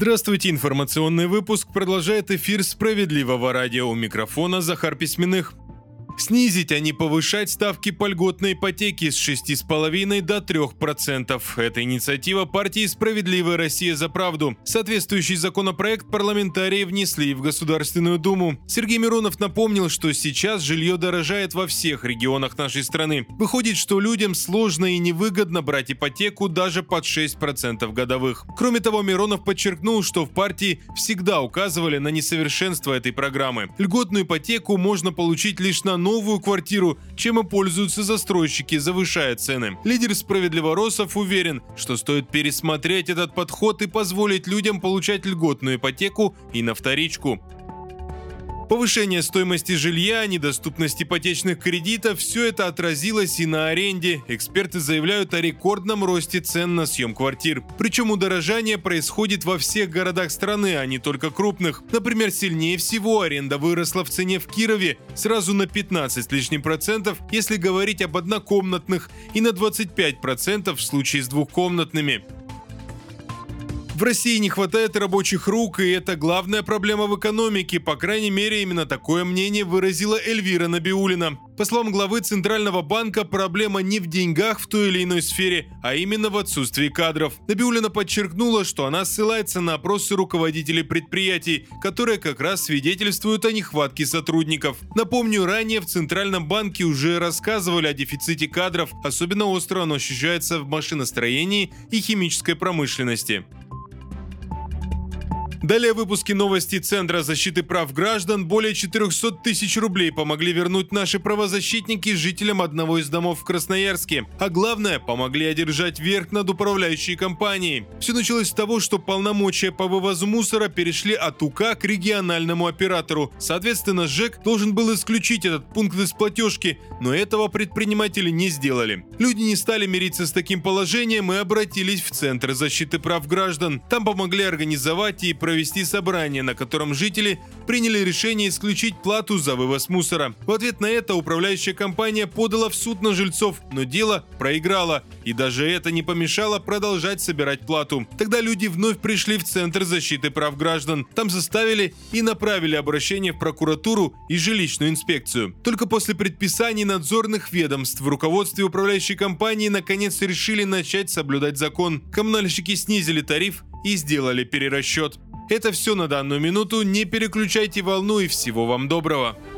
Здравствуйте, информационный выпуск продолжает эфир «Справедливого радио». У микрофона Захар Письменных. Снизить, а не повышать ставки по льготной ипотеке с 6,5% до 3%. Это инициатива партии «Справедливая Россия за правду». Соответствующий законопроект парламентарии внесли в Государственную Думу. Сергей Миронов напомнил, что сейчас жилье дорожает во всех регионах нашей страны. Выходит, что людям сложно и невыгодно брать ипотеку даже под 6% годовых. Кроме того, Миронов подчеркнул, что в партии всегда указывали на несовершенство этой программы. Льготную ипотеку можно получить лишь на новую квартиру, чем и пользуются застройщики, завышая цены. Лидер «Справедливоросов» уверен, что стоит пересмотреть этот подход и позволить людям получать льготную ипотеку и на вторичку. Повышение стоимости жилья, недоступность ипотечных кредитов – все это отразилось и на аренде. Эксперты заявляют о рекордном росте цен на съем квартир. Причем удорожание происходит во всех городах страны, а не только крупных. Например, сильнее всего аренда выросла в цене в Кирове сразу на 15 с лишним процентов, если говорить об однокомнатных, и на 25% в случае с двухкомнатными. В России не хватает рабочих рук, и это главная проблема в экономике. По крайней мере, именно такое мнение выразила Эльвира Набиуллина. По словам главы Центрального банка, проблема не в деньгах в той или иной сфере, а именно в отсутствии кадров. Набиуллина подчеркнула, что она ссылается на опросы руководителей предприятий, которые как раз свидетельствуют о нехватке сотрудников. Напомню, ранее в Центральном банке уже рассказывали о дефиците кадров, особенно остро оно ощущается в машиностроении и химической промышленности. Далее в выпуске новости Центра защиты прав граждан. Более 400 тысяч рублей помогли вернуть наши правозащитники жителям одного из домов в Красноярске. А главное, помогли одержать верх над управляющей компанией. Все началось с того, что полномочия по вывозу мусора перешли от УК к региональному оператору. Соответственно, ЖЭК должен был исключить этот пункт из платежки, но этого предприниматели не сделали. Люди не стали мириться с таким положением и обратились в Центр защиты прав граждан. Там помогли организовать и провести собрание, на котором жители приняли решение исключить плату за вывоз мусора. В ответ на это управляющая компания подала в суд на жильцов, но дело проиграло, и даже это не помешало продолжать собирать плату. Тогда люди вновь пришли в Центр защиты прав граждан. Там составили и направили обращение в прокуратуру и жилищную инспекцию. Только после предписаний надзорных ведомств в руководстве управляющей компании наконец решили начать соблюдать закон. Коммунальщики снизили тариф и сделали перерасчет. Это все на данную минуту. Не переключайте волну и всего вам доброго.